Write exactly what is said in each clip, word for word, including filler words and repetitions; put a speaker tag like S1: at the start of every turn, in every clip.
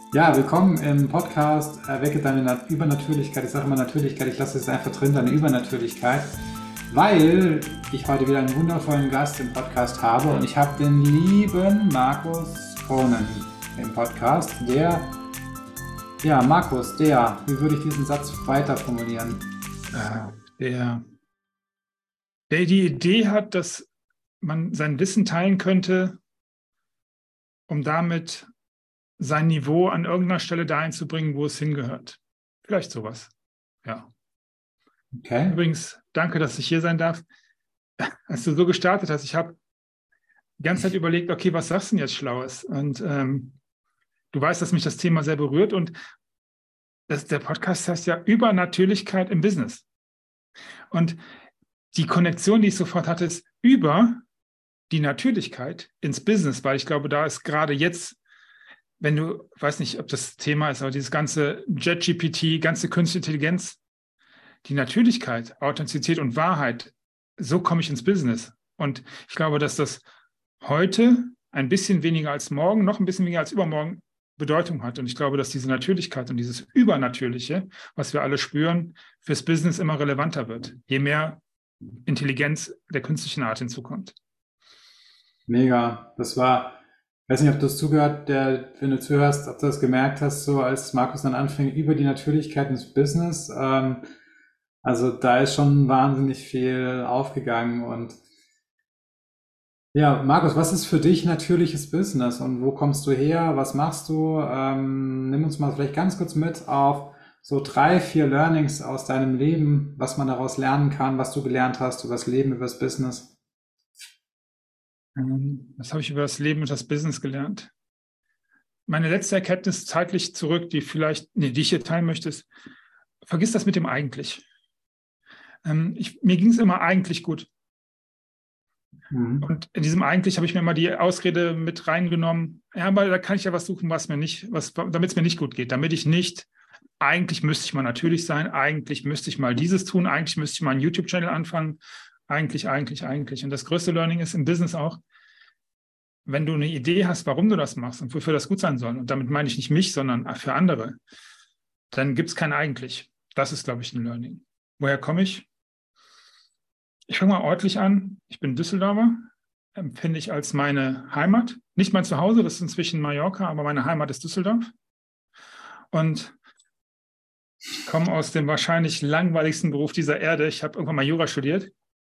S1: Ja, willkommen im Podcast Erwecke deine Na Übernatürlichkeit. Ich sage immer Natürlichkeit, ich lasse es einfach drin, deine Übernatürlichkeit, weil ich heute wieder einen wundervollen Gast im Podcast habe und ich habe den lieben Markus Kronen im Podcast. Der, ja, Markus, der, wie würde ich diesen Satz weiter formulieren?
S2: Äh, der, der die Idee hat, dass man sein Wissen teilen könnte, um damit sein Niveau an irgendeiner Stelle dahin zu bringen, wo es hingehört. Vielleicht sowas. Ja.
S1: Okay.
S2: Übrigens, danke, dass ich hier sein darf. Als du so gestartet hast, ich habe die ganze Zeit überlegt, okay, was sagst du denn jetzt Schlaues? Und ähm, du weißt, dass mich das Thema sehr berührt und das, der Podcast heißt ja Übernatürlichkeit im Business. Und die Konnektion, die ich sofort hatte, ist über die Natürlichkeit ins Business, weil ich glaube, da ist gerade jetzt, wenn du, weiß nicht, ob das Thema ist, aber dieses ganze JetGPT, ganze Künstliche Intelligenz, die Natürlichkeit, Authentizität und Wahrheit, so komme ich ins Business. Und ich glaube, dass das heute ein bisschen weniger als morgen, noch ein bisschen weniger als übermorgen Bedeutung hat. Und ich glaube, dass diese Natürlichkeit und dieses Übernatürliche, was wir alle spüren, fürs Business immer relevanter wird, je mehr Intelligenz der künstlichen Art hinzukommt.
S1: Mega. Das war, ich weiß nicht, ob du es zugehört, der, wenn du zuhörst, ob du das gemerkt hast, so als Markus dann anfing, über die Natürlichkeit ins Business. Ähm, also da ist schon wahnsinnig viel aufgegangen und ja, Markus, was ist für dich natürliches Business und wo kommst du her? Was machst du? Ähm, nimm uns mal vielleicht ganz kurz mit auf so drei, vier Learnings aus deinem Leben, was man daraus lernen kann, was du gelernt hast über das Leben, über das Business.
S2: Ähm, Was habe ich über das Leben und das Business gelernt? Meine letzte Erkenntnis zeitlich zurück, die vielleicht, nee, die ich hier teilen möchte, ist, vergiss das mit dem eigentlich. Ähm, ich, mir ging es immer eigentlich gut.
S1: Mhm.
S2: Und in diesem eigentlich habe ich mir mal die Ausrede mit reingenommen, ja, aber da kann ich ja was suchen, was mir nicht, was, damit es mir nicht gut geht, damit ich nicht, eigentlich müsste ich mal natürlich sein, eigentlich müsste ich mal dieses tun, eigentlich müsste ich mal einen YouTube-Channel anfangen, eigentlich, eigentlich, eigentlich. Und das größte Learning ist im Business auch, wenn du eine Idee hast, warum du das machst und wofür das gut sein soll, und damit meine ich nicht mich, sondern für andere, dann gibt es kein eigentlich. Das ist, glaube ich, ein Learning. Woher komme ich? Ich fange mal örtlich an. Ich bin Düsseldorfer, empfinde ich als meine Heimat. Nicht mein Zuhause, das ist inzwischen Mallorca, aber meine Heimat ist Düsseldorf. Und ich komme aus dem wahrscheinlich langweiligsten Beruf dieser Erde. Ich habe irgendwann mal Jura studiert,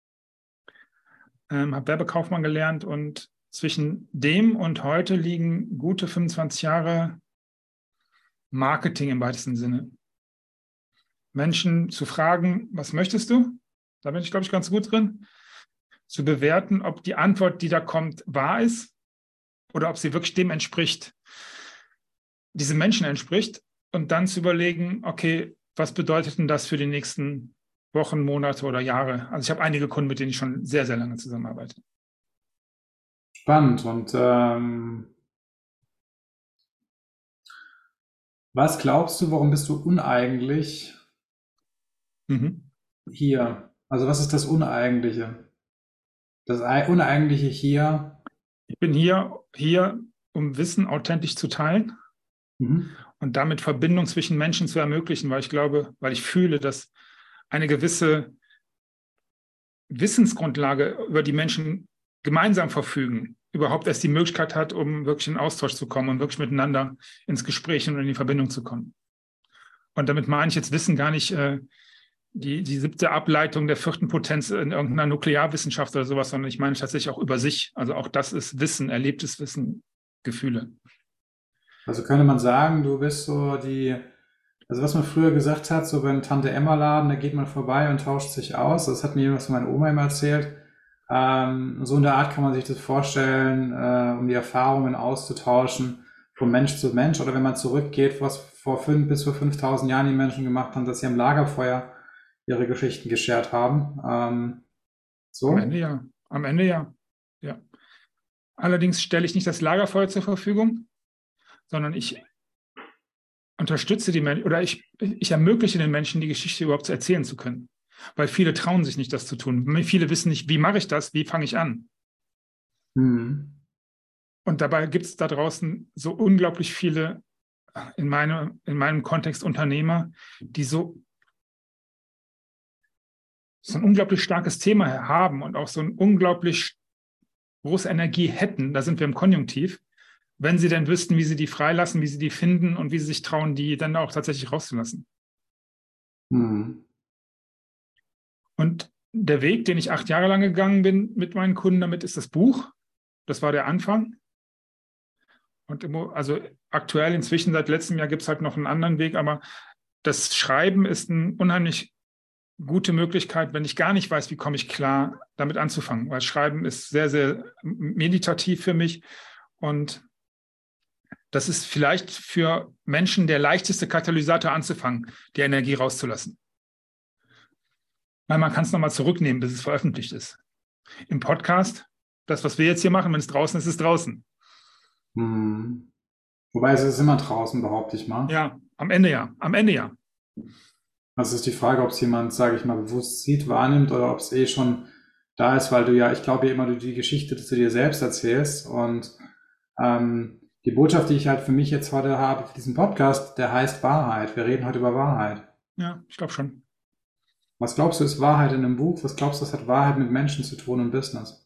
S2: ähm, habe Werbekaufmann gelernt und zwischen dem und heute liegen gute fünfundzwanzig Jahre Marketing im weitesten Sinne. Menschen zu fragen, was möchtest du? Da bin ich, glaube ich, ganz gut drin. Zu bewerten, ob die Antwort, die da kommt, wahr ist oder ob sie wirklich dem entspricht, diesem Menschen entspricht. Und dann zu überlegen, okay, was bedeutet denn das für die nächsten Wochen, Monate oder Jahre? Also ich habe einige Kunden, mit denen ich schon sehr, sehr lange zusammenarbeite.
S1: Spannend. Und ähm, was glaubst du, warum bist du uneigentlich
S2: Mhm.
S1: hier? Also was ist das Uneigentliche? Das Ei- Uneigentliche hier.
S2: Ich bin hier, hier, um Wissen authentisch zu teilen
S1: Mhm.
S2: und damit Verbindung zwischen Menschen zu ermöglichen, weil ich glaube, weil ich fühle, dass eine gewisse Wissensgrundlage, über die Menschen gemeinsam verfügen, überhaupt erst die Möglichkeit hat, um wirklich in Austausch zu kommen und wirklich miteinander ins Gespräch und in die Verbindung zu kommen. Und damit meine ich jetzt Wissen gar nicht äh, die, die siebte Ableitung der vierten Potenz in irgendeiner Nuklearwissenschaft oder sowas, sondern ich meine tatsächlich auch über sich. Also auch das ist Wissen, erlebtes Wissen, Gefühle.
S1: Also könnte man sagen, du bist so die, also was man früher gesagt hat, so beim Tante-Emma-Laden, da geht man vorbei und tauscht sich aus. Das hat mir jemand von meiner Oma immer erzählt. Ähm, so in der Art kann man sich das vorstellen, äh, um die Erfahrungen auszutauschen von Mensch zu Mensch. Oder wenn man zurückgeht, was vor fünf bis vor fünftausend Jahren die Menschen gemacht haben, dass sie am Lagerfeuer ihre Geschichten geschert haben. Ähm,
S2: Am Ende
S1: so.
S2: ja. Am Ende ja. Ja. Allerdings stelle ich nicht das Lagerfeuer zur Verfügung, sondern ich unterstütze die Menschen oder ich, ich ermögliche den Menschen, die Geschichte überhaupt zu erzählen zu können. Weil viele trauen sich nicht, das zu tun. Viele wissen nicht, wie mache ich das, wie fange ich an.
S1: Hm.
S2: Und dabei gibt es da draußen so unglaublich viele in, meine, in meinem Kontext Unternehmer, die so, so ein unglaublich starkes Thema haben und auch so eine unglaublich große Energie hätten, da sind wir im Konjunktiv, wenn sie denn wüssten, wie sie die freilassen, wie sie die finden und wie sie sich trauen, die dann auch tatsächlich rauszulassen.
S1: Mhm.
S2: Und der Weg, den ich acht Jahre lang gegangen bin mit meinen Kunden, damit ist das Buch. Das war der Anfang. Und immer, also aktuell inzwischen seit letztem Jahr gibt es halt noch einen anderen Weg, aber das Schreiben ist eine unheimlich gute Möglichkeit, wenn ich gar nicht weiß, wie komme ich klar, damit anzufangen. Weil Schreiben ist sehr, sehr meditativ für mich. Und das ist vielleicht für Menschen der leichteste Katalysator anzufangen, die Energie rauszulassen. Weil man kann es nochmal zurücknehmen, bis es veröffentlicht ist. Im Podcast, das, was wir jetzt hier machen, wenn es draußen ist, ist es draußen.
S1: Mhm. Wobei es ist immer draußen, behaupte ich mal.
S2: Ja, am Ende ja. Am Ende ja.
S1: Also ist die Frage, ob es jemand, sage ich mal, bewusst sieht, wahrnimmt oder ob es eh schon da ist, weil du ja, ich glaube ja immer, du die Geschichte zu dir selbst erzählst. Und ähm, die Botschaft, die ich halt für mich jetzt heute habe, für diesen Podcast, der heißt Wahrheit. Wir reden heute über Wahrheit.
S2: Ja, ich glaube schon.
S1: Was glaubst du, ist Wahrheit in einem Buch? Was glaubst du, das hat Wahrheit mit Menschen zu tun und Business?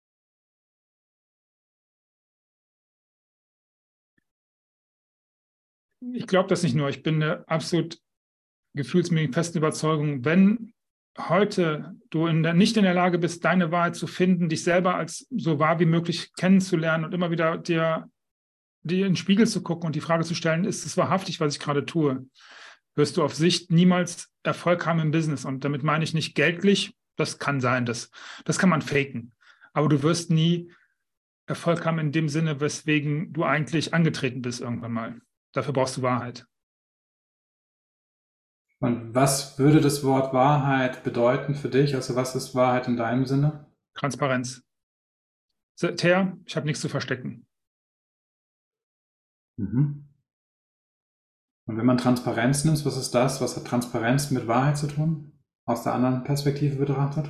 S2: Ich glaube das nicht nur. Ich bin eine absolut gefühlsmäßig festen Überzeugung, wenn heute du in der, nicht in der Lage bist, deine Wahrheit zu finden, dich selber als so wahr wie möglich kennenzulernen und immer wieder dir, dir in den Spiegel zu gucken und die Frage zu stellen, ist es wahrhaftig, was ich gerade tue, wirst du auf Sicht niemals Erfolg haben im Business. Und damit meine ich nicht geldlich, das kann sein, das, das kann man faken. Aber du wirst nie Erfolg haben in dem Sinne, weswegen du eigentlich angetreten bist irgendwann mal. Dafür brauchst du Wahrheit.
S1: Und was würde das Wort Wahrheit bedeuten für dich? Also was ist Wahrheit in deinem Sinne?
S2: Transparenz. Ter, ich habe nichts zu verstecken.
S1: Mhm. Und wenn man Transparenz nimmt, was ist das? Was hat Transparenz mit Wahrheit zu tun? Aus der anderen Perspektive betrachtet?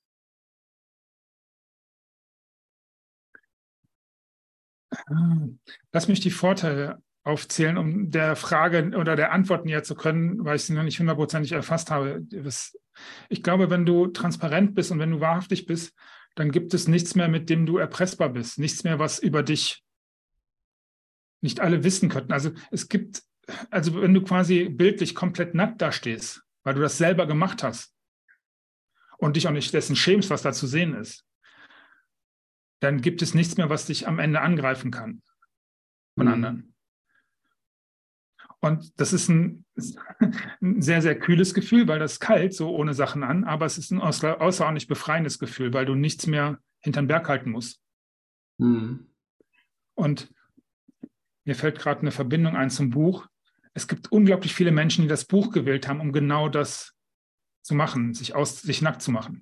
S2: Lass mich die Vorteile aufzählen, um der Frage oder der Antwort näher zu können, weil ich sie noch nicht hundertprozentig erfasst habe. Ich glaube, wenn du transparent bist und wenn du wahrhaftig bist, dann gibt es nichts mehr, mit dem du erpressbar bist. Nichts mehr, was über dich nicht alle wissen könnten. Also es gibt, also wenn du quasi bildlich komplett nackt dastehst, weil du das selber gemacht hast und dich auch nicht dessen schämst, was da zu sehen ist, dann gibt es nichts mehr, was dich am Ende angreifen kann von
S1: Mhm.
S2: anderen. Und das ist ein, ein sehr, sehr kühles Gefühl, weil das ist kalt, so ohne Sachen an, aber es ist ein außer, außerordentlich befreiendes Gefühl, weil du nichts mehr hinterm Berg halten musst.
S1: Mhm.
S2: Und mir fällt gerade eine Verbindung ein zum Buch. Es gibt unglaublich viele Menschen, die das Buch gewählt haben, um genau das zu machen, sich, aus, sich nackt zu machen.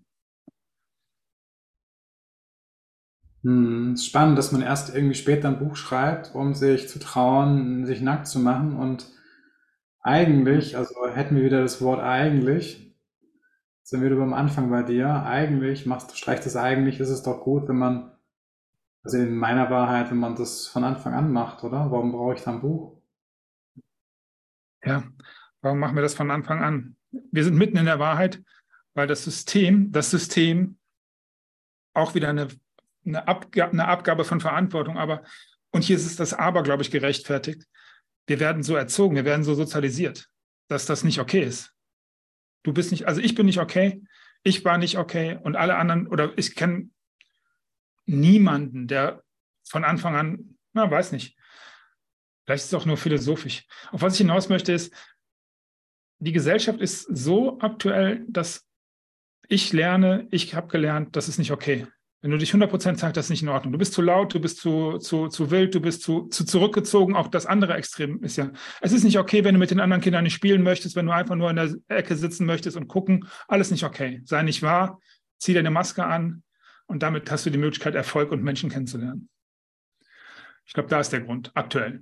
S1: Mhm. Es ist spannend, dass man erst irgendwie später ein Buch schreibt, um sich zu trauen, sich nackt zu machen. Und eigentlich, also hätten wir wieder das Wort eigentlich, sind wir wieder beim Anfang bei dir. Eigentlich machst, streicht das eigentlich, ist es doch gut, wenn man, also in meiner Wahrheit, wenn man das von Anfang an macht, oder? Warum brauche ich da ein Buch?
S2: Ja, warum machen wir das von Anfang an? Wir sind mitten in der Wahrheit, weil das System, das System auch wieder eine, eine, Abgabe, eine Abgabe von Verantwortung, aber, und hier ist es das Aber, glaube ich, gerechtfertigt. Wir werden so erzogen, wir werden so sozialisiert, dass das nicht okay ist. Du bist nicht, also ich bin nicht okay, ich war nicht okay und alle anderen, oder ich kenne niemanden, der von Anfang an, na, weiß nicht, vielleicht ist es auch nur philosophisch. Auf was ich hinaus möchte, ist, die Gesellschaft ist so aktuell, dass ich lerne, ich habe gelernt, das ist nicht okay. Wenn du dich hundert Prozent sagst, das ist nicht in Ordnung. Du bist zu laut, du bist zu, zu, zu wild, du bist zu, zu zurückgezogen. Auch das andere Extrem ist ja, es ist nicht okay, wenn du mit den anderen Kindern nicht spielen möchtest, wenn du einfach nur in der Ecke sitzen möchtest und gucken. Alles nicht okay. Sei nicht wahr, zieh deine Maske an und damit hast du die Möglichkeit, Erfolg und Menschen kennenzulernen. Ich glaube, da ist der Grund, aktuell.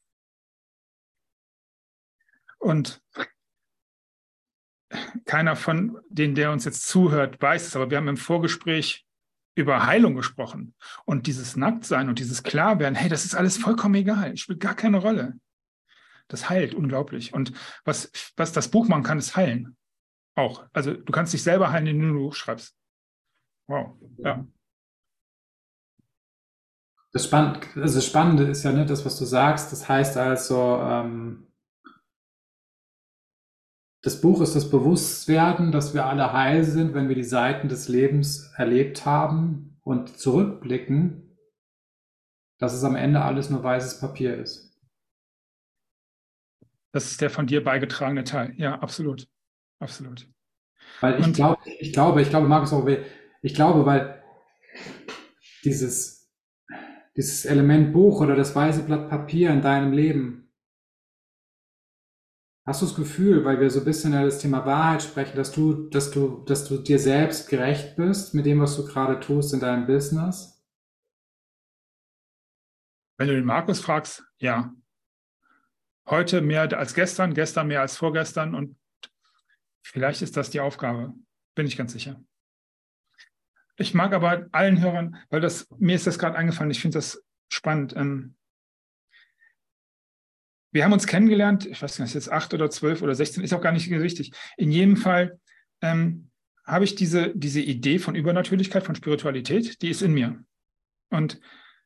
S2: Und keiner von denen, der uns jetzt zuhört, weiß es, aber wir haben im Vorgespräch über Heilung gesprochen. Und dieses Nacktsein und dieses Klarwerden, hey, das ist alles vollkommen egal, spielt gar keine Rolle. Das heilt unglaublich. Und was, was das Buch machen kann, ist heilen. Auch. Also du kannst dich selber heilen, indem du ein Buch schreibst. Wow. Ja.
S1: Das, Spann also das Spannende ist ja, ne, das, was du sagst, das heißt also, ähm, das Buch ist das Bewusstwerden, dass wir alle heil sind, wenn wir die Seiten des Lebens erlebt haben und zurückblicken, dass es am Ende alles nur weißes Papier ist.
S2: Das ist der von dir beigetragene Teil. Ja, absolut. Absolut.
S1: Weil ich glaube, ich glaube, ich glaube, Markus, auch, ich glaube, weil dieses, dieses Element Buch oder das weiße Blatt Papier in deinem Leben, hast du das Gefühl, weil wir so ein bisschen über das Thema Wahrheit sprechen, dass du, dass du, dass du dir selbst gerecht bist mit dem, was du gerade tust in deinem Business?
S2: Wenn du den Markus fragst, ja. Heute mehr als gestern, gestern mehr als vorgestern und vielleicht ist das die Aufgabe. Bin ich ganz sicher. Ich mag aber allen Hörern, weil das, mir ist das gerade eingefallen, ich finde das spannend. Ähm, wir haben uns kennengelernt, ich weiß nicht, ist jetzt acht oder zwölf oder sechzehn, ist auch gar nicht wichtig. In jedem Fall ähm, habe ich diese, diese Idee von Übernatürlichkeit, von Spiritualität, die ist in mir. Und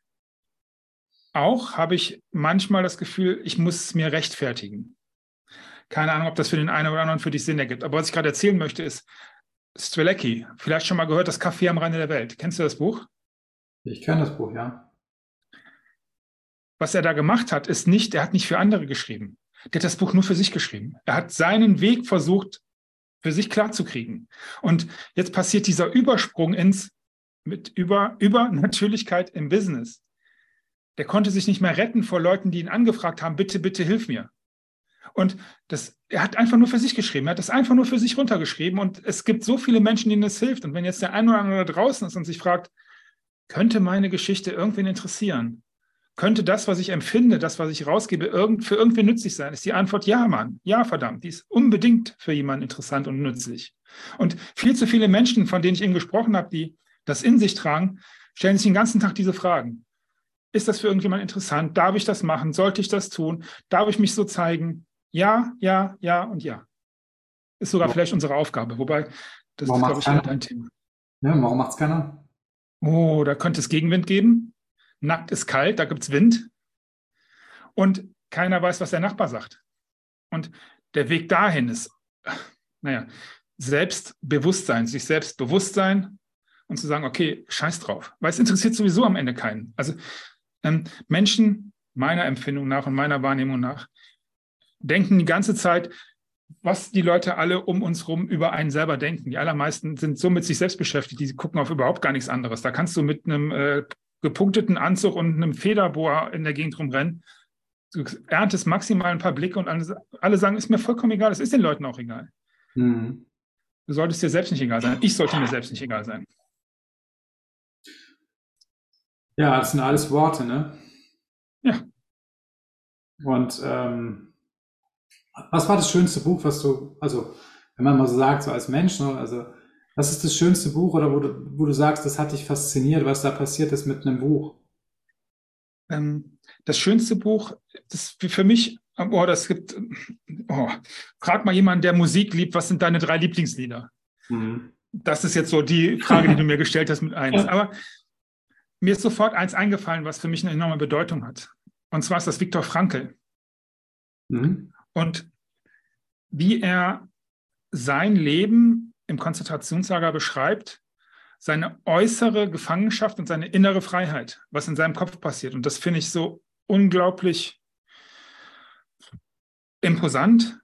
S2: auch habe ich manchmal das Gefühl, ich muss es mir rechtfertigen. Keine Ahnung, ob das für den einen oder anderen für dich Sinn ergibt. Aber was ich gerade erzählen möchte, ist Strzelecki. Vielleicht schon mal gehört, das Café am Rande der Welt. Kennst du das Buch?
S1: Ich kenne das Buch, ja.
S2: Was er da gemacht hat, ist nicht, er hat nicht für andere geschrieben. Der hat das Buch nur für sich geschrieben. Er hat seinen Weg versucht, für sich klarzukriegen. Und jetzt passiert dieser Übersprung ins, mit über, Übernatürlichkeit im Business. Der konnte sich nicht mehr retten vor Leuten, die ihn angefragt haben, bitte, bitte hilf mir. Und das, er hat einfach nur für sich geschrieben. Er hat das einfach nur für sich runtergeschrieben. Und es gibt so viele Menschen, denen das hilft. Und wenn jetzt der ein oder andere da draußen ist und sich fragt, könnte meine Geschichte irgendwen interessieren? Könnte das, was ich empfinde, das, was ich rausgebe, irgend, für irgendwen nützlich sein? Ist die Antwort ja, Mann. Ja, verdammt. Die ist unbedingt für jemanden interessant und nützlich. Und viel zu viele Menschen, von denen ich eben gesprochen habe, die das in sich tragen, stellen sich den ganzen Tag diese Fragen. Ist das für irgendjemand interessant? Darf ich das machen? Sollte ich das tun? Darf ich mich so zeigen? Ja, ja, ja und ja. Ist sogar vielleicht unsere Aufgabe. Wobei, das
S1: Warum
S2: ist, glaube
S1: macht's
S2: ich, eher
S1: keiner?
S2: dein Thema.
S1: Ja, warum macht es keiner?
S2: Oh, da könnte es Gegenwind geben. Nackt ist kalt, da gibt es Wind. Und keiner weiß, was der Nachbar sagt. Und der Weg dahin ist, naja, Selbstbewusstsein, sich selbst bewusst sein und zu sagen, okay, scheiß drauf. Weil es interessiert sowieso am Ende keinen. Also ähm, Menschen, meiner Empfindung nach und meiner Wahrnehmung nach, denken die ganze Zeit, was die Leute alle um uns herum über einen selber denken. Die allermeisten sind so mit sich selbst beschäftigt, die gucken auf überhaupt gar nichts anderes. Da kannst du mit einem äh, gepunkteten Anzug und einem Federboa in der Gegend rumrennen. Du erntest maximal ein paar Blicke und alle, alle sagen, ist mir vollkommen egal, es ist den Leuten auch egal.
S1: Mhm.
S2: Du solltest dir selbst nicht egal sein. Ich sollte mir selbst nicht egal sein.
S1: Ja, das sind alles Worte, ne?
S2: Ja.
S1: Und ähm, was war das schönste Buch, was du, also wenn man mal so sagt, so als Mensch, ne, also was ist das schönste Buch oder wo du, wo du sagst, das hat dich fasziniert, was da passiert ist mit einem Buch?
S2: Ähm, das schönste Buch, das für mich, oh, das gibt, oh, frag mal jemanden, der Musik liebt, was sind deine drei Lieblingslieder?
S1: Mhm.
S2: Das ist jetzt so die Frage, die du mir gestellt hast mit eins. Aber mir ist sofort eins eingefallen, was für mich eine enorme Bedeutung hat. Und zwar ist das Viktor Frankl.
S1: Mhm.
S2: Und wie er sein Leben im Konzentrationslager beschreibt, seine äußere Gefangenschaft und seine innere Freiheit, was in seinem Kopf passiert. Und das finde ich so unglaublich imposant,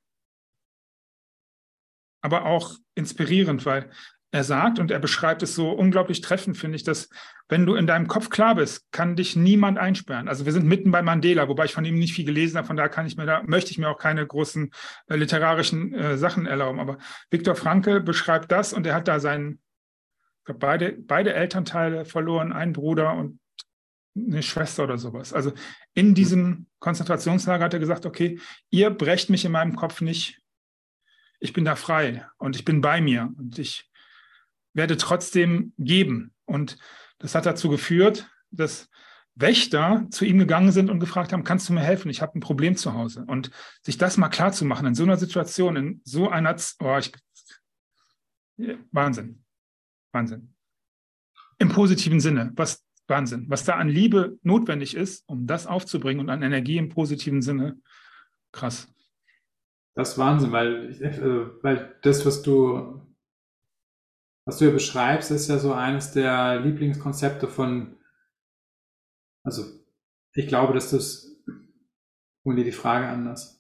S2: aber auch inspirierend, weil er sagt und er beschreibt es so unglaublich treffend, finde ich, dass wenn du in deinem Kopf klar bist, kann dich niemand einsperren. Also wir sind mitten bei Mandela, wobei ich von ihm nicht viel gelesen habe, von daher kann ich mir da, möchte ich mir auch keine großen äh, literarischen äh, Sachen erlauben. Aber Viktor Frankl beschreibt das und er hat da seinen, ich glaube, beide, beide Elternteile verloren, einen Bruder und eine Schwester oder sowas. Also in diesem Konzentrationslager hat er gesagt, okay, ihr brecht mich in meinem Kopf nicht. Ich bin da frei und ich bin bei mir und ich werde trotzdem geben. Und das hat dazu geführt, dass Wächter zu ihm gegangen sind und gefragt haben, kannst du mir helfen? Ich habe ein Problem zu Hause. Und sich das mal klar zu machen in so einer Situation, in so einer, oh, ich, Wahnsinn, Wahnsinn. Im positiven Sinne, was Wahnsinn, was da an Liebe notwendig ist, um das aufzubringen und an Energie im positiven Sinne, krass.
S1: Das ist Wahnsinn, weil, äh, weil das, was du, was du hier beschreibst, ist ja so eines der Lieblingskonzepte von, also ich glaube, dass das, und dir die Frage anders.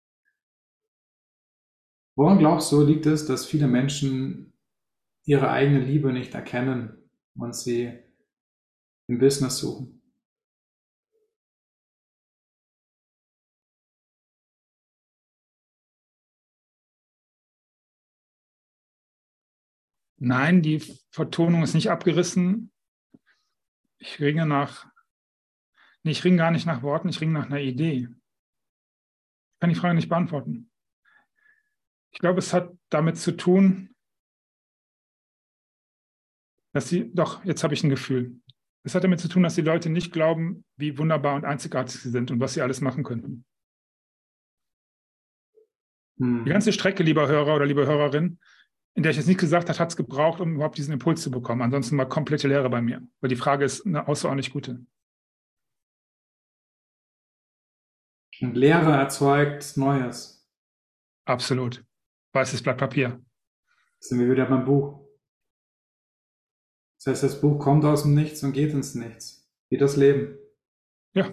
S1: Woran glaubst du, liegt es, dass viele Menschen ihre eigene Liebe nicht erkennen und sie im Business suchen?
S2: Nein, die Vertonung ist nicht abgerissen. Ich ringe nach, nee, ich ringe gar nicht nach Worten, ich ringe nach einer Idee. Ich kann die Frage nicht beantworten. Ich glaube, es hat damit zu tun, dass sie, doch, jetzt habe ich ein Gefühl. Es hat damit zu tun, dass die Leute nicht glauben, wie wunderbar und einzigartig sie sind und was sie alles machen könnten.
S1: Hm.
S2: Die ganze Strecke, lieber Hörer oder liebe Hörerin, in der ich jetzt nicht gesagt habe, hat es gebraucht, um überhaupt diesen Impuls zu bekommen. Ansonsten war komplette Leere bei mir. Weil die Frage ist eine außerordentlich gute.
S1: Und Leere erzeugt Neues.
S2: Absolut. Weißes Blatt Papier.
S1: Jetzt sind wir wieder beim Buch. Das heißt, das Buch kommt aus dem Nichts und geht ins Nichts. Wie das Leben.
S2: Ja.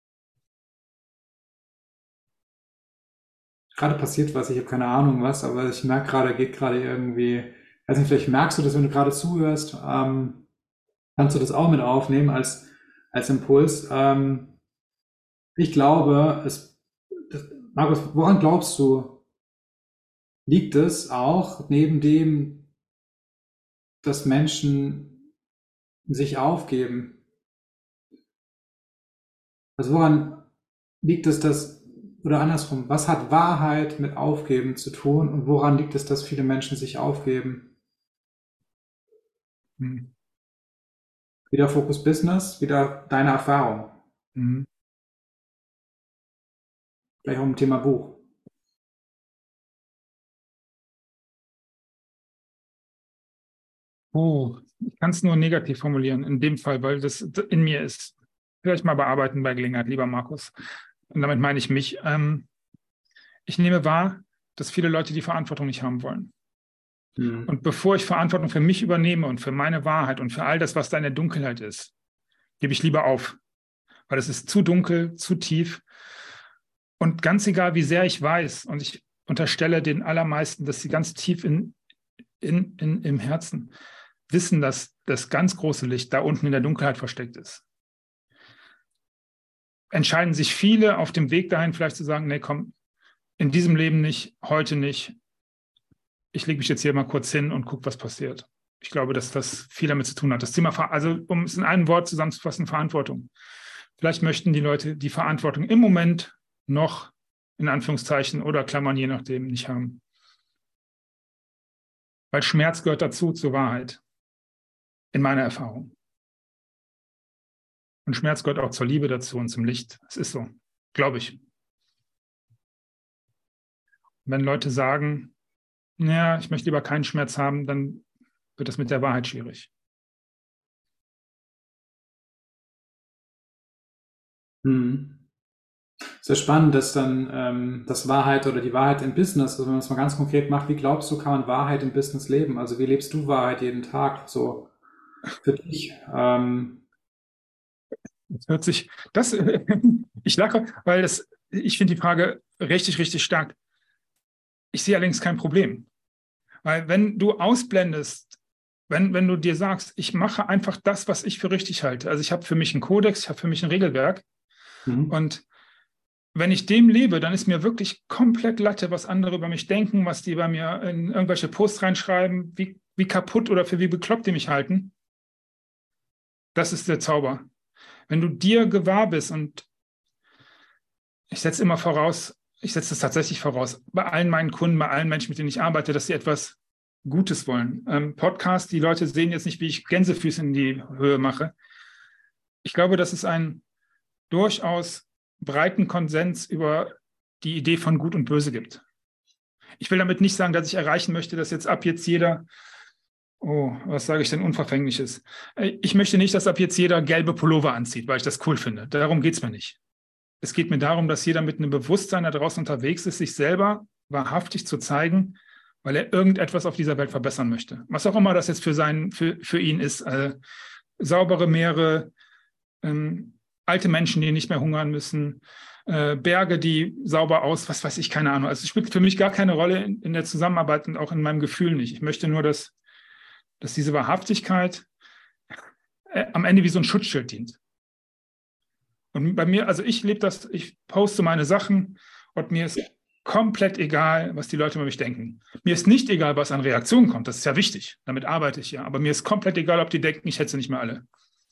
S1: Gerade passiert was, ich habe keine Ahnung was, aber ich merke gerade, geht gerade irgendwie, ich weiß nicht, vielleicht merkst du das, wenn du gerade zuhörst, ähm, kannst du das auch mit aufnehmen als, als Impuls. Ähm, ich glaube, es, das, Markus, woran glaubst du, liegt es auch neben dem, dass Menschen sich aufgeben? Also woran liegt es, dass, oder andersrum, was hat Wahrheit mit Aufgeben zu tun und woran liegt es, dass viele Menschen sich aufgeben?
S2: Hm.
S1: Wieder Fokus Business, wieder deine Erfahrung.
S2: Hm.
S1: Gleich auch im Thema Buch.
S2: Oh, ich kann es nur negativ formulieren, in dem Fall, weil das in mir ist. Vielleicht mal bearbeiten bei Gelegenheit, lieber Markus. Und damit meine ich mich. Ähm, ich nehme wahr, dass viele Leute die Verantwortung nicht haben wollen.
S1: Hm.
S2: Und bevor ich Verantwortung für mich übernehme und für meine Wahrheit und für all das, was da in der Dunkelheit ist, gebe ich lieber auf. Weil es ist zu dunkel, zu tief. Und ganz egal, wie sehr ich weiß, und ich unterstelle den allermeisten, dass sie ganz tief in, in, in, im Herzen wissen, dass das ganz große Licht da unten in der Dunkelheit versteckt ist. Entscheiden sich viele auf dem Weg dahin, vielleicht zu sagen, nee, komm, in diesem Leben nicht, heute nicht. Ich lege mich jetzt hier mal kurz hin und gucke, was passiert. Ich glaube, dass das viel damit zu tun hat. Das Thema, also um es in einem Wort zusammenzufassen, Verantwortung. Vielleicht möchten die Leute die Verantwortung im Moment noch, in Anführungszeichen oder Klammern, je nachdem, nicht haben. Weil Schmerz gehört dazu, zur Wahrheit. In meiner Erfahrung. Und Schmerz gehört auch zur Liebe dazu und zum Licht. Es ist so, glaube ich. Wenn Leute sagen, ja, ich möchte lieber keinen Schmerz haben, dann wird das mit der Wahrheit schwierig.
S1: Hm. Sehr spannend, dass dann ähm, das Wahrheit oder die Wahrheit im Business, also wenn man es mal ganz konkret macht, wie glaubst du, kann man Wahrheit im Business leben? Also wie lebst du Wahrheit jeden Tag so für dich? Ähm,
S2: Das hört sich, das, ich lache, weil das, ich finde die Frage richtig, richtig stark. Ich sehe allerdings kein Problem. Weil wenn du ausblendest, wenn, wenn du dir sagst, ich mache einfach das, was ich für richtig halte. Also ich habe für mich einen Kodex, ich habe für mich ein Regelwerk.
S1: mhm.
S2: Und wenn ich dem lebe, dann ist mir wirklich komplett Latte, was andere über mich denken, was die bei mir in irgendwelche Posts reinschreiben, wie, wie kaputt oder für wie bekloppt die mich halten. Das ist der Zauber. Wenn du dir gewahr bist, und ich setze immer voraus, ich setze es tatsächlich voraus, bei allen meinen Kunden, bei allen Menschen, mit denen ich arbeite, dass sie etwas Gutes wollen. Ähm, Podcast, die Leute sehen jetzt nicht, wie ich Gänsefüße in die Höhe mache. ich glaube, dass es einen durchaus breiten Konsens über die Idee von Gut und Böse gibt. Ich will damit nicht sagen, dass ich erreichen möchte, dass jetzt ab jetzt jeder, oh, was sage ich denn Unverfängliches? Ich möchte nicht, dass ab jetzt jeder gelbe Pullover anzieht, weil ich das cool finde. Darum geht es mir nicht. Es geht mir darum, dass jeder mit einem Bewusstsein da draußen unterwegs ist, sich selber wahrhaftig zu zeigen, weil er irgendetwas auf dieser Welt verbessern möchte. Was auch immer das jetzt für, sein, für, für ihn ist. Äh, saubere Meere, ähm, alte Menschen, die nicht mehr hungern müssen, äh, Berge, die sauber aus, was weiß ich, keine Ahnung. Also es spielt für mich gar keine Rolle in, in der Zusammenarbeit und auch in meinem Gefühl nicht. Ich möchte nur, dass, dass diese Wahrhaftigkeit äh, am Ende wie so ein Schutzschild dient. Und bei mir, also ich lebe das, ich poste meine Sachen und mir ist komplett egal, was die Leute über mich denken. Mir ist nicht egal, was an Reaktionen kommt. Das ist ja wichtig. Damit arbeite ich ja. Aber mir ist komplett egal, ob die denken, ich hätte sie nicht mehr alle.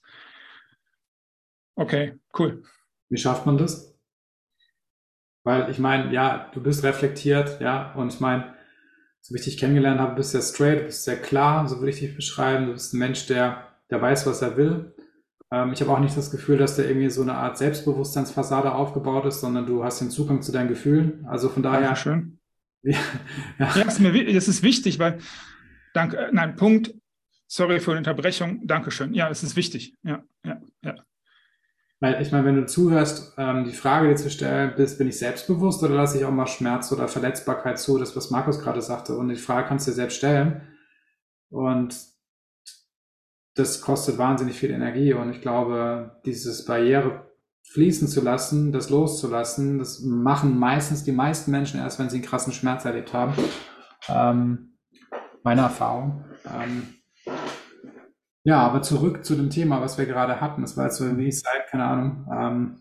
S2: Okay, cool.
S1: Wie schafft man das? Weil ich meine, ja, du bist reflektiert, ja, und ich meine, so wie ich dich kennengelernt habe, bist du sehr straight, du bist sehr klar, so würde ich dich beschreiben. Du bist ein Mensch, der, der weiß, was er will. Ähm, ich habe auch nicht das Gefühl, dass da irgendwie so eine Art Selbstbewusstseinsfassade aufgebaut ist, sondern du hast den Zugang zu deinen Gefühlen. Also von daher.
S2: Dankeschön.
S1: Ja,
S2: ja. Ja, ist mir, das ist wichtig, weil, danke, nein, Punkt, sorry für die Unterbrechung, Dankeschön. Ja, es ist wichtig. Ja, ja, ja.
S1: Weil ich meine, wenn du zuhörst, ähm, die Frage, die zu stellen bist, bin ich selbstbewusst oder lasse ich auch mal Schmerz oder Verletzbarkeit zu, das, was Markus gerade sagte. Und die Frage kannst du dir selbst stellen. Und das kostet wahnsinnig viel Energie. Und ich glaube, dieses Barriere fließen zu lassen, das loszulassen, das machen meistens die meisten Menschen erst, wenn sie einen krassen Schmerz erlebt haben. Ähm, meine Erfahrung. Ähm, Ja, aber zurück zu dem Thema, was wir gerade hatten. Das war jetzt so ein wenig Zeit, keine Ahnung. Ähm,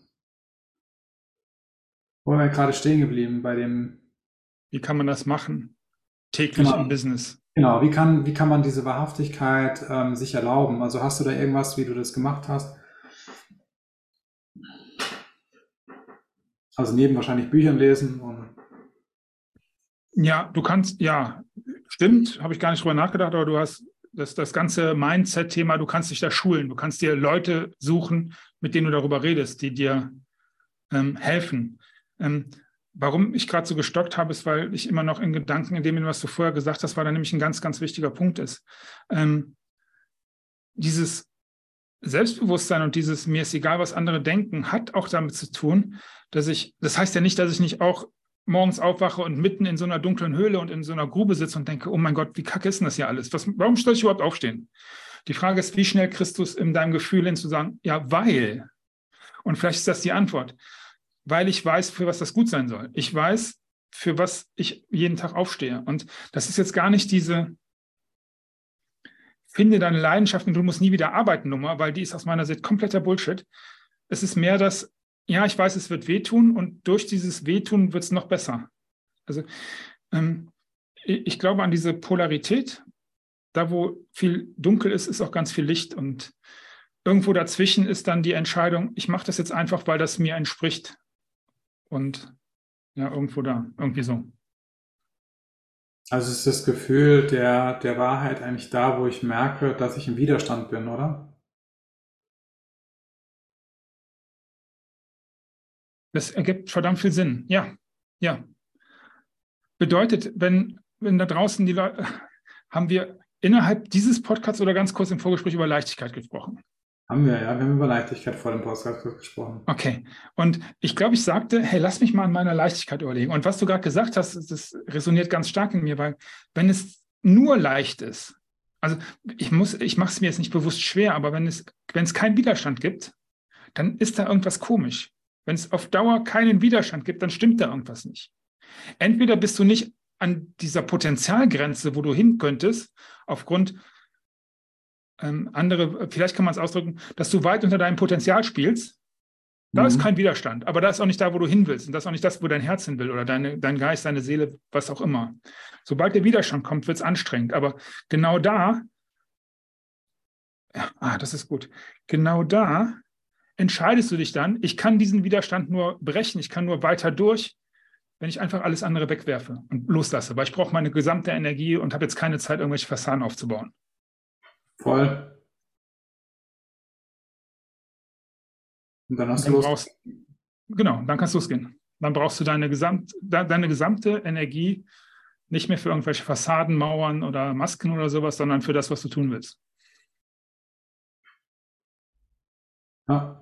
S1: wo waren wir gerade stehen geblieben bei dem?
S2: Wie kann man das machen? Täglich
S1: Genau,
S2: im Business.
S1: genau. Wie kann, wie kann man diese Wahrhaftigkeit ähm, sich erlauben? Also hast du da irgendwas, wie du das gemacht hast? Also neben wahrscheinlich Büchern lesen und
S2: Ja, du kannst, ja, stimmt, habe ich gar nicht drüber nachgedacht, aber du hast das, das ganze Mindset-Thema, du kannst dich da schulen, du kannst dir Leute suchen, mit denen du darüber redest, die dir ähm, helfen. Ähm, warum ich gerade so gestockt habe, ist, weil ich immer noch in Gedanken, in dem, was du vorher gesagt hast, weil da nämlich ein ganz, ganz wichtiger Punkt ist. Ähm, dieses Selbstbewusstsein und dieses mir ist egal, was andere denken, hat auch damit zu tun, dass ich, das heißt ja nicht, dass ich nicht auch morgens aufwache und mitten in so einer dunklen Höhle und in so einer Grube sitze und denke, oh mein Gott, wie kacke ist denn das hier alles? Was, warum soll ich überhaupt aufstehen? Die Frage ist, wie schnell kriegst du es in deinem Gefühl hin zu sagen, ja, weil. Und vielleicht ist das die Antwort. Weil ich weiß, für was das gut sein soll. Ich weiß, für was ich jeden Tag aufstehe. Und das ist jetzt gar nicht diese finde deine Leidenschaft und du musst nie wieder arbeiten Nummer, weil die ist aus meiner Sicht kompletter Bullshit. Es ist mehr das, ja, ich weiß, es wird wehtun und durch dieses Wehtun wird es noch besser. Also ähm, ich glaube an diese Polarität. Da, wo viel dunkel ist, ist auch ganz viel Licht und irgendwo dazwischen ist dann die Entscheidung, ich mache das jetzt einfach, weil das mir entspricht. Und ja, irgendwo da, irgendwie so.
S1: also ist das Gefühl der, der Wahrheit eigentlich da, wo ich merke, dass ich im Widerstand bin, oder?
S2: Das ergibt verdammt viel Sinn. Ja, ja. Bedeutet, wenn, wenn da draußen die Leute, haben wir innerhalb dieses Podcasts oder ganz kurz im Vorgespräch über Leichtigkeit gesprochen?
S1: Haben wir, ja. Wir haben über Leichtigkeit vor dem Podcast gesprochen.
S2: Okay. Und ich glaube, ich sagte, hey, lass mich mal an meiner Leichtigkeit überlegen. Und was du gerade gesagt hast, das resoniert ganz stark in mir, weil wenn es nur leicht ist, also ich muss, ich mache es mir jetzt nicht bewusst schwer, aber wenn es, wenn es keinen Widerstand gibt, dann ist da irgendwas komisch. Wenn es auf Dauer keinen Widerstand gibt, dann stimmt da irgendwas nicht. Entweder bist du nicht an dieser Potenzialgrenze, wo du hin könntest, aufgrund ähm, andere, vielleicht kann man es ausdrücken, dass du weit unter deinem Potenzial spielst. Da
S1: Mhm.
S2: ist kein Widerstand, aber da ist auch nicht da, wo du hin willst. Und das ist auch nicht das, wo dein Herz hin will oder deine, dein Geist, deine Seele, was auch immer. Sobald der Widerstand kommt, wird es anstrengend. Aber genau da, ja, ah, das ist gut, genau da entscheidest du dich dann, ich kann diesen Widerstand nur brechen, ich kann nur weiter durch, wenn ich einfach alles andere wegwerfe und loslasse, weil ich brauche meine gesamte Energie und habe jetzt keine Zeit, irgendwelche Fassaden aufzubauen.
S1: Voll. Und dann hast
S2: Und
S1: du
S2: dann
S1: los.
S2: brauchst, genau, dann kannst du losgehen. Dann brauchst du deine, Gesamt, deine gesamte Energie nicht mehr für irgendwelche Fassaden, Mauern oder Masken oder sowas, sondern für das, was du tun willst.
S1: Ja.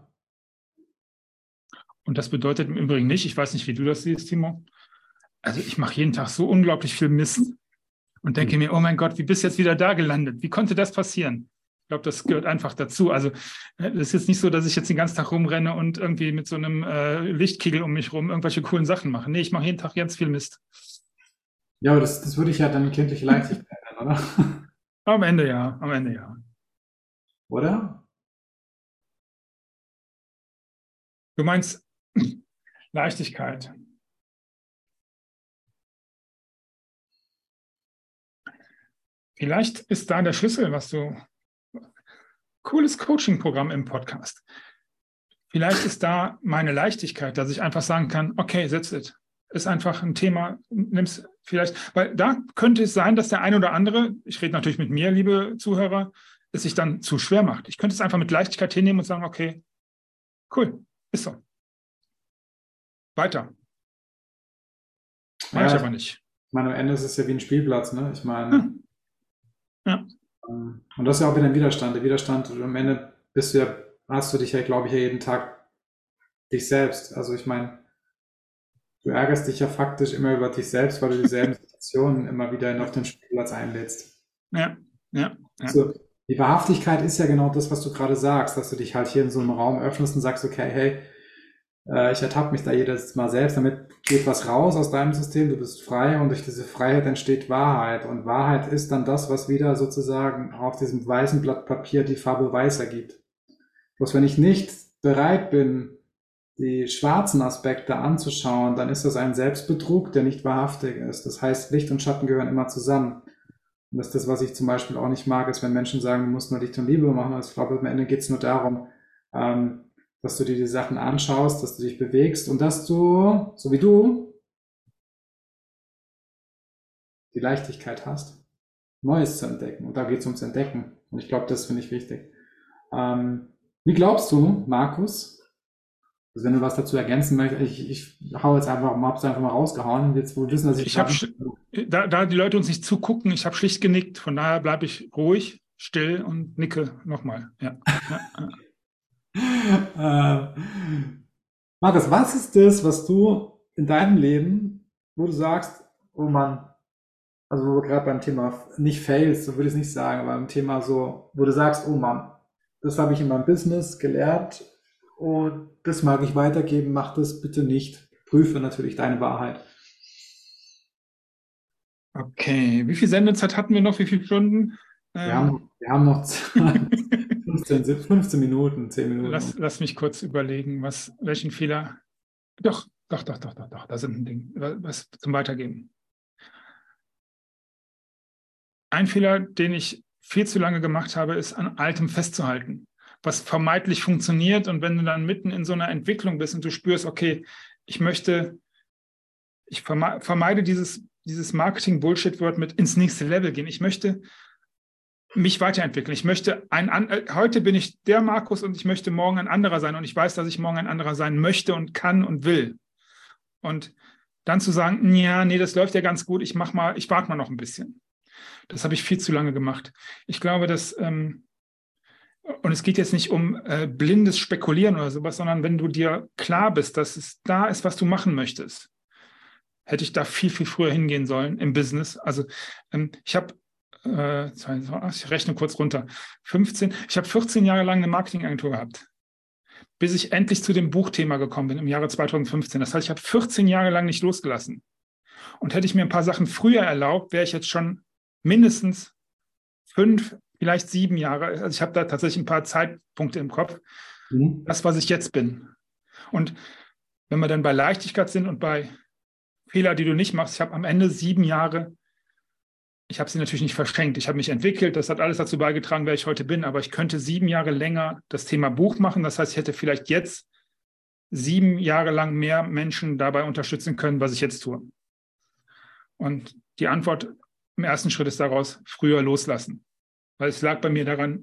S2: Und das bedeutet im Übrigen nicht, ich weiß nicht, wie du das siehst, Timo, also ich mache jeden Tag so unglaublich viel Mist und denke mir, oh mein Gott, wie bist du jetzt wieder da gelandet? Wie konnte das passieren? Ich glaube, das gehört einfach dazu. Also es ist jetzt nicht so, dass ich jetzt den ganzen Tag rumrenne und irgendwie mit so einem äh, Lichtkegel um mich rum irgendwelche coolen Sachen mache. Nee, ich mache jeden Tag ganz viel Mist.
S1: Ja, aber das, das würde ich ja dann kindliche Leichtigkeit nennen, oder?
S2: Am Ende ja, am Ende ja.
S1: Oder?
S2: Du meinst Leichtigkeit. Vielleicht ist da der Schlüssel, was du... Cooles Coaching-Programm im Podcast. Vielleicht ist da meine Leichtigkeit, dass ich einfach sagen kann, okay, that's it. Ist einfach ein Thema, nimm's vielleicht, weil da könnte es sein, dass der eine oder andere, ich rede natürlich mit mir, liebe Zuhörer, es sich dann zu schwer macht. Ich könnte es einfach mit Leichtigkeit hinnehmen und sagen, okay, cool, ist so. Weiter. Mach
S1: Ja,
S2: ich
S1: ich
S2: aber nicht.
S1: meine, am Ende ist es ja wie ein Spielplatz, ne? Ich meine,
S2: Hm. Ja.
S1: ähm, und das ist ja auch wieder ein Widerstand. Der Widerstand, am Ende bist du ja, hast du dich ja, glaube ich, ja jeden Tag dich selbst. Also ich meine, du ärgerst dich ja faktisch immer über dich selbst, weil du dieselben Situationen immer wieder auf den Spielplatz einlädst.
S2: Ja, ja, ja.
S1: So, die Wahrhaftigkeit ist ja genau das, was du gerade sagst, dass du dich halt hier in so einem Raum öffnest und sagst, okay, hey, äh, ich ertappe mich da jedes Mal selbst, damit geht was raus aus deinem System, du bist frei und durch diese Freiheit entsteht Wahrheit. Und Wahrheit ist dann das, was wieder sozusagen auf diesem weißen Blatt Papier die Farbe weiß ergibt. Bloß wenn ich nicht bereit bin, die schwarzen Aspekte anzuschauen, dann ist das ein Selbstbetrug, der nicht wahrhaftig ist. Das heißt, Licht und Schatten gehören immer zusammen. Und das ist das, was ich zum Beispiel auch nicht mag, ist, wenn Menschen sagen, du musst nur Licht und Liebe machen. Also ich glaube, am Ende geht es nur darum, ähm, dass du dir die Sachen anschaust, dass du dich bewegst und dass du, so wie du, die Leichtigkeit hast, Neues zu entdecken. Und da geht es ums Entdecken. Und ich glaube, das finde ich wichtig. Ähm, wie glaubst du, Markus, also wenn du was dazu ergänzen möchtest, ich, ich hau jetzt einfach mal, hab's einfach mal rausgehauen, jetzt wo wir wissen, dass ich,
S2: Ich habe, da, da die Leute uns nicht zugucken, ich habe schlicht genickt, von daher bleibe ich ruhig, still und nicke nochmal. Ja.
S1: Ja. äh, Markus, was ist das, was du in deinem Leben, wo du sagst, oh Mann, also wo wir gerade beim Thema nicht Fails, so würde ich es nicht sagen, aber beim Thema so, wo du sagst, oh Mann, das habe ich in meinem Business gelernt und das mag ich weitergeben, mach das bitte nicht. Prüfe natürlich deine Wahrheit.
S2: Okay, wie viel Sendezeit hatten wir noch? Wie viele Stunden?
S1: Wir
S2: Ähm,
S1: haben, wir haben noch fünfzehn, fünfzehn Minuten, zehn Minuten.
S2: lass, lass mich kurz überlegen, was, welchen Fehler. Doch, doch, doch, doch, doch, doch, da sind ein Ding, was zum Weitergeben. Ein Fehler, den ich viel zu lange gemacht habe, ist an Altem festzuhalten, was vermeintlich funktioniert. Und wenn du dann mitten in so einer Entwicklung bist und du spürst, okay, ich möchte, ich vermeide dieses, dieses Marketing-Bullshit-Wort mit ins nächste Level gehen. Ich möchte mich weiterentwickeln. Ich möchte ein, heute bin ich der Markus und ich möchte morgen ein anderer sein. Und ich weiß, dass ich morgen ein anderer sein möchte und kann und will. Und dann zu sagen, ja, nee, das läuft ja ganz gut, ich mach mal, ich warte mal noch ein bisschen. Das habe ich viel zu lange gemacht. Ich glaube, dass, ähm, und es geht jetzt nicht um äh, blindes Spekulieren oder sowas, sondern wenn du dir klar bist, dass es da ist, was du machen möchtest, hätte ich da viel, viel früher hingehen sollen im Business. Also ähm, ich habe, äh, ich rechne kurz runter, fünfzehn, ich habe vierzehn Jahre lang eine Marketingagentur gehabt, bis ich endlich zu dem Buchthema gekommen bin im Jahre zweitausendfünfzehn. Das heißt, ich habe vierzehn Jahre lang nicht losgelassen. Und hätte ich mir ein paar Sachen früher erlaubt, wäre ich jetzt schon mindestens fünf, vielleicht sieben Jahre, also ich habe da tatsächlich ein paar Zeitpunkte im Kopf, mhm. das, was ich jetzt bin. Und wenn wir dann bei Leichtigkeit sind und bei Fehler, die du nicht machst, ich habe am Ende sieben Jahre, ich habe sie natürlich nicht verschenkt, ich habe mich entwickelt, das hat alles dazu beigetragen, wer ich heute bin, aber ich könnte sieben Jahre länger das Thema Buch machen, das heißt, ich hätte vielleicht jetzt sieben Jahre lang mehr Menschen dabei unterstützen können, was ich jetzt tue. Und die Antwort im ersten Schritt ist daraus, früher loslassen. Weil es lag bei mir daran,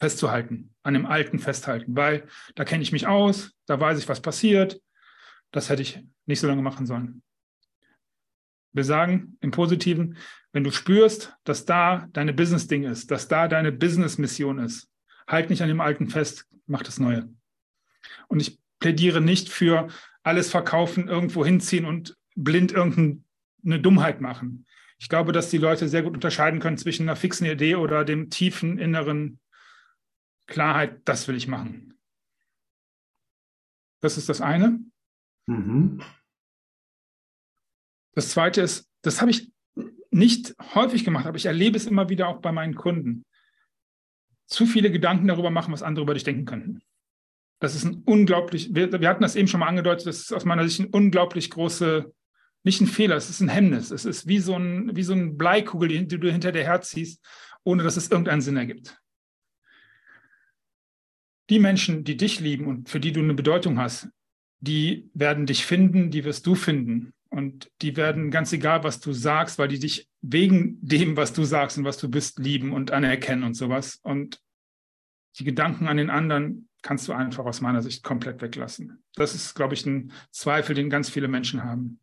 S2: festzuhalten, an dem Alten festhalten, weil da kenne ich mich aus, da weiß ich, was passiert. Das hätte ich nicht so lange machen sollen. Wir sagen im Positiven, wenn du spürst, dass da deine Business-Ding ist, dass da deine Business-Mission ist, halt nicht an dem Alten fest, mach das Neue. Und ich plädiere nicht für alles verkaufen, irgendwo hinziehen und blind irgendeine Dummheit machen. Ich glaube, dass die Leute sehr gut unterscheiden können zwischen einer fixen Idee oder dem tiefen inneren Klarheit, das will ich machen. Das ist das eine.
S1: Mhm.
S2: Das zweite ist, das habe ich nicht häufig gemacht, aber ich erlebe es immer wieder auch bei meinen Kunden. Zu viele Gedanken darüber machen, was andere über dich denken könnten. Das ist ein unglaublich, wir, wir hatten das eben schon mal angedeutet, das ist aus meiner Sicht ein unglaublich große, nicht ein Fehler, es ist ein Hemmnis. Es ist wie so ein, wie so eine Bleikugel, die, die du hinter dir herziehst, ohne dass es irgendeinen Sinn ergibt. Die Menschen, die dich lieben und für die du eine Bedeutung hast, die werden dich finden, die wirst du finden. Und die werden, ganz egal, was du sagst, weil die dich wegen dem, was du sagst und was du bist, lieben und anerkennen und sowas. Und die Gedanken an den anderen kannst du einfach aus meiner Sicht komplett weglassen. Das ist, glaube ich, ein Zweifel, den ganz viele Menschen haben.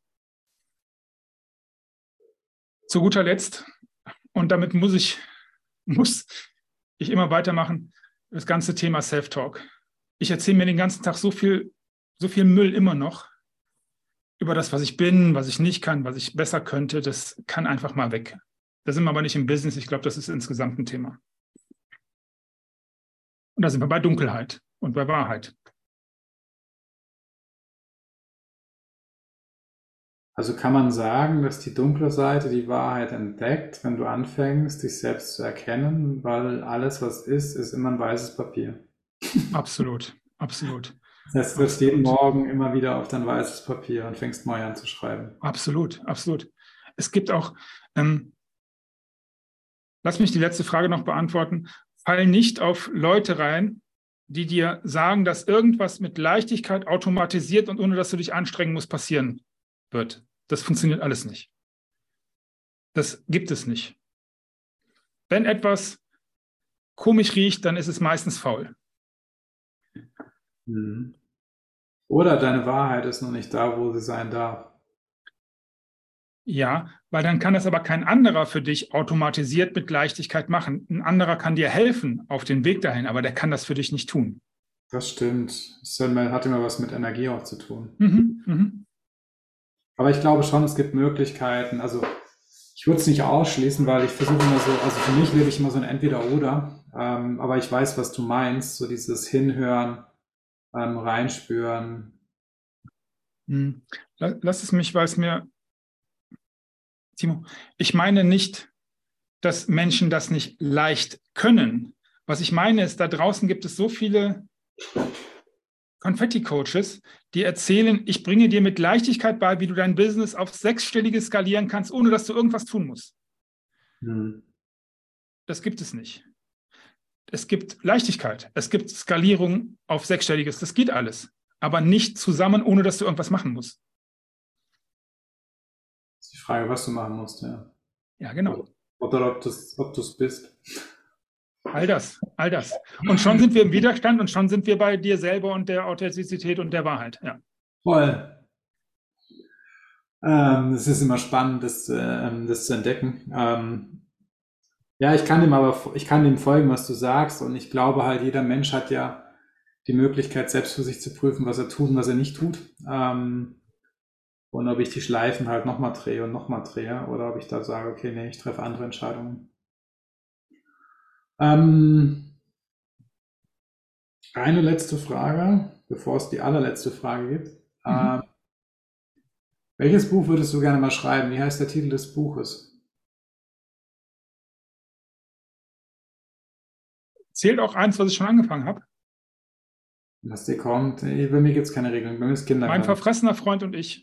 S2: Zu guter Letzt, und damit muss ich, muss ich immer weitermachen, das ganze Thema Self-Talk. Ich erzähle mir den ganzen Tag so viel, so viel Müll immer noch über das, was ich bin, was ich nicht kann, was ich besser könnte. Das kann einfach mal weg. Da sind wir aber nicht im Business. Ich glaube, das ist insgesamt ein Thema. Und da sind wir bei Dunkelheit und bei Wahrheit.
S1: Also kann man sagen, dass die dunkle Seite die Wahrheit entdeckt, wenn du anfängst, dich selbst zu erkennen, weil alles, was ist, ist immer ein weißes Papier.
S2: Absolut, absolut.
S1: Das heißt, du triffst jeden Morgen immer wieder auf dein weißes Papier und fängst neu an zu schreiben.
S2: Absolut, absolut. Es gibt auch, ähm, lass mich die letzte Frage noch beantworten, fall nicht auf Leute rein, die dir sagen, dass irgendwas mit Leichtigkeit automatisiert und ohne dass du dich anstrengen musst, passieren wird. Das funktioniert alles nicht. Das gibt es nicht. Wenn etwas komisch riecht, dann ist es meistens faul.
S1: Mhm. Oder deine Wahrheit ist noch nicht da, wo sie sein darf.
S2: Ja, weil dann kann das aber kein anderer für dich automatisiert mit Leichtigkeit machen. Ein anderer kann dir helfen auf den Weg dahin, aber der kann das für dich nicht tun.
S1: Das stimmt. Das hat immer was mit Energie auch zu tun.
S2: Mhm, mhm.
S1: Aber ich glaube schon, es gibt Möglichkeiten. Also ich würde es nicht ausschließen, weil ich versuche immer so, also für mich lebe ich immer so ein Entweder-Oder. Ähm, aber ich weiß, was du meinst. So dieses Hinhören, ähm, reinspüren.
S2: Hm. Lass es mich, weil es mir, Timo, ich meine nicht, dass Menschen das nicht leicht können. Was ich meine ist, da draußen gibt es so viele Konfetti-Coaches, die erzählen, ich bringe dir mit Leichtigkeit bei, wie du dein Business auf sechsstellige skalieren kannst, ohne dass du irgendwas tun musst.
S1: Hm.
S2: Das gibt es nicht. Es gibt Leichtigkeit, es gibt Skalierung auf sechsstelliges, das geht alles, aber nicht zusammen, ohne dass du irgendwas machen musst.
S1: Das ist die Frage, was du machen musst, ja.
S2: Ja, genau.
S1: Oder ob du es ob du's bist.
S2: All das, all das. Und schon sind wir im Widerstand und schon sind wir bei dir selber und der Authentizität und der Wahrheit. Ja.
S1: Voll. Ähm, es ist immer spannend, das, ähm, das zu entdecken. Ähm, ja, ich kann dem aber, ich kann dem folgen, was du sagst, und ich glaube halt, jeder Mensch hat ja die Möglichkeit, selbst für sich zu prüfen, was er tut und was er nicht tut. Ähm, und ob ich die Schleifen halt nochmal drehe und nochmal drehe, oder ob ich da sage, okay, nee, ich treffe andere Entscheidungen. Ähm, eine letzte Frage, bevor es die allerletzte Frage gibt.
S2: Mhm.
S1: Ähm, welches Buch würdest du gerne mal schreiben? Wie heißt der Titel des Buches?
S2: Zählt auch eins, was ich schon angefangen habe.
S1: Was dir kommt? Bei mir gibt es keine Regeln. Bei mir ist Kindergarten.
S2: Mein verfressener Freund und ich.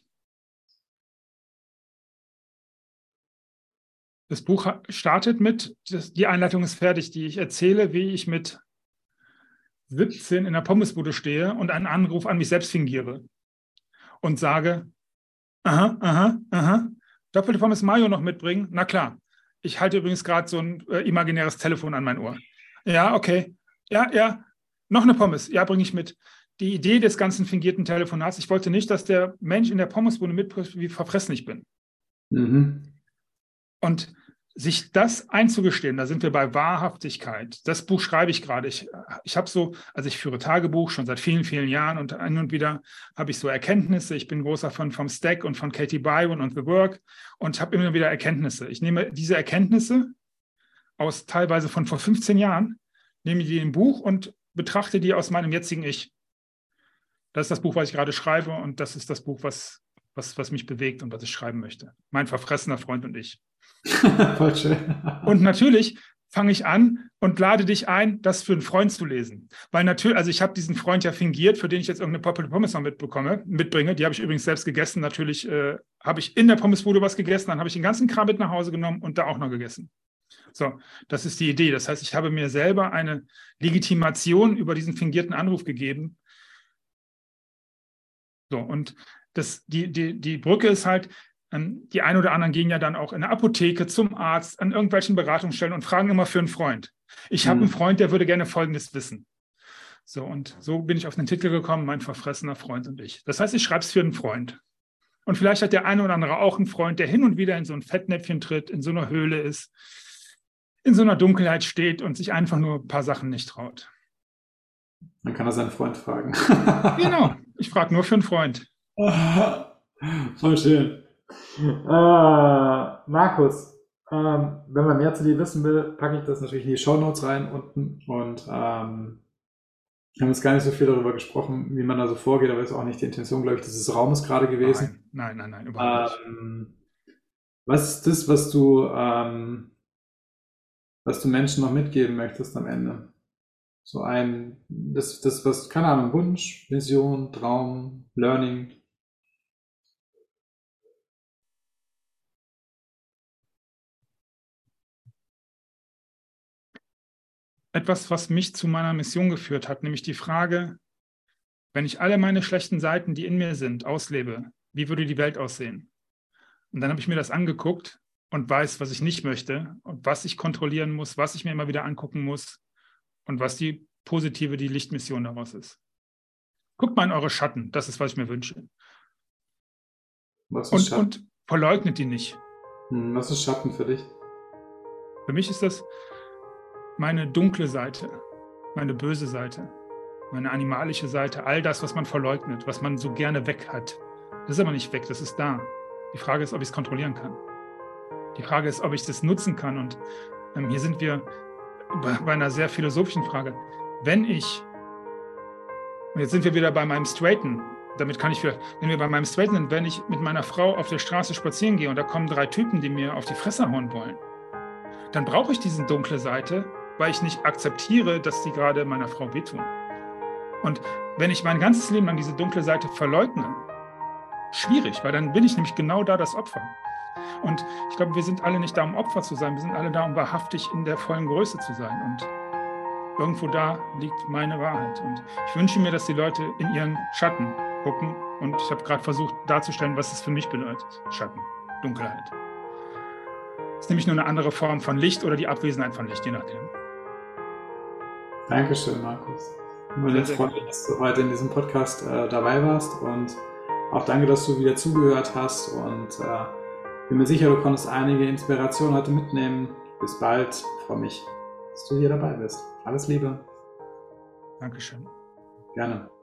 S2: Das Buch startet mit, die Einleitung ist fertig, die ich erzähle, wie ich mit siebzehn in der Pommesbude stehe und einen Anruf an mich selbst fingiere und sage, aha, aha, aha, doppelte Pommes Mayo noch mitbringen? Na klar. Ich halte übrigens gerade so ein äh, imaginäres Telefon an mein Ohr. Ja, okay. Ja, ja, noch eine Pommes. Ja, bringe ich mit. Die Idee des ganzen fingierten Telefonats, ich wollte nicht, dass der Mensch in der Pommesbude mitkriegt, wie verfressen ich bin.
S1: Mhm.
S2: Und sich das einzugestehen, da sind wir bei Wahrhaftigkeit. Das Buch schreibe ich gerade. Ich, ich habe so, also ich führe Tagebuch schon seit vielen, vielen Jahren und hin und wieder habe ich so Erkenntnisse. Ich bin großer Fan vom Stack und von Katie Byron und The Work und habe immer wieder Erkenntnisse. Ich nehme diese Erkenntnisse aus teilweise von vor fünfzehn Jahren, nehme die im Buch und betrachte die aus meinem jetzigen Ich. Das ist das Buch, was ich gerade schreibe und das ist das Buch, was, was, was mich bewegt und was ich schreiben möchte. Mein verfressener Freund und ich.
S1: Voll schön.
S2: Und natürlich fange ich an und lade dich ein, das für einen Freund zu lesen. Weil natürlich, also ich habe diesen Freund ja fingiert, für den ich jetzt irgendeine Poppel Pommes noch mitbekomme, mitbringe. Die habe ich übrigens selbst gegessen. Natürlich äh, habe ich in der Pommesbude was gegessen, dann habe ich den ganzen Kram mit nach Hause genommen und da auch noch gegessen. So, das ist die Idee. Das heißt, ich habe mir selber eine Legitimation über diesen fingierten Anruf gegeben. So, und das, die, die, die Brücke ist halt, die einen oder anderen gehen ja dann auch in eine Apotheke, zum Arzt, an irgendwelchen Beratungsstellen und fragen immer für einen Freund. Ich habe einen Freund, der würde gerne Folgendes wissen. So, und so bin ich auf den Titel gekommen, mein verfressener Freund und ich. Das heißt, ich schreibe es für einen Freund. Und vielleicht hat der eine oder andere auch einen Freund, der hin und wieder in so ein Fettnäpfchen tritt, in so einer Höhle ist, in so einer Dunkelheit steht und sich einfach nur ein paar Sachen nicht traut.
S1: Dann kann er seinen Freund fragen.
S2: Genau, ich frage nur für einen Freund.
S1: Voll schön. Äh, Markus, ähm, wenn man mehr zu dir wissen will, packe ich das natürlich in die Shownotes rein unten und ähm, wir haben jetzt gar nicht so viel darüber gesprochen, wie man da so vorgeht, aber ist auch nicht die Intention, glaube ich, dieses Raumes gerade gewesen.
S2: Nein, nein, nein, nein, überhaupt
S1: ähm,
S2: nicht.
S1: Was ist das, was du, ähm, was du Menschen noch mitgeben möchtest am Ende? So ein, das, das, was, keine Ahnung, Wunsch, Vision, Traum, Learning.
S2: Etwas, was mich zu meiner Mission geführt hat, nämlich die Frage, wenn ich alle meine schlechten Seiten, die in mir sind, auslebe, wie würde die Welt aussehen? Und dann habe ich mir das angeguckt und weiß, was ich nicht möchte und was ich kontrollieren muss, was ich mir immer wieder angucken muss und was die positive, die Lichtmission daraus ist. Guckt mal in eure Schatten, das ist, was ich mir wünsche.
S1: Was ist
S2: Und,
S1: Schatten?
S2: und verleugnet die nicht.
S1: Hm, Was ist Schatten für dich?
S2: Für mich ist das meine dunkle Seite, meine böse Seite, meine animalische Seite, all das, was man verleugnet, was man so gerne weg hat. Das ist aber nicht weg, das ist da. Die Frage ist, ob ich es kontrollieren kann. Die Frage ist, ob ich das nutzen kann. Und ähm, hier sind wir bei, bei einer sehr philosophischen Frage. Wenn ich, und jetzt sind wir wieder bei meinem Straighten, damit kann ich wieder, wenn wir bei meinem Straighten sind, wenn ich mit meiner Frau auf der Straße spazieren gehe und da kommen drei Typen, die mir auf die Fresse hauen wollen, dann brauche ich diese dunkle Seite, weil ich nicht akzeptiere, dass die gerade meiner Frau wehtun. Und wenn ich mein ganzes Leben lang diese dunkle Seite verleugne, schwierig, weil dann bin ich nämlich genau da das Opfer. Und ich glaube, wir sind alle nicht da, um Opfer zu sein, wir sind alle da, um wahrhaftig in der vollen Größe zu sein. Und irgendwo da liegt meine Wahrheit. Und ich wünsche mir, dass die Leute in ihren Schatten gucken. Und ich habe gerade versucht darzustellen, was es für mich bedeutet. Schatten, Dunkelheit. Das ist nämlich nur eine andere Form von Licht oder die Abwesenheit von Licht, je nachdem.
S1: Dankeschön, Markus. Ich bin sehr freut, dass du heute in diesem Podcast äh, dabei warst und auch danke, dass du wieder zugehört hast und äh, bin mir sicher, du konntest einige Inspirationen heute mitnehmen. Bis bald. Ich freue mich, dass du hier dabei bist. Alles Liebe.
S2: Dankeschön.
S1: Gerne.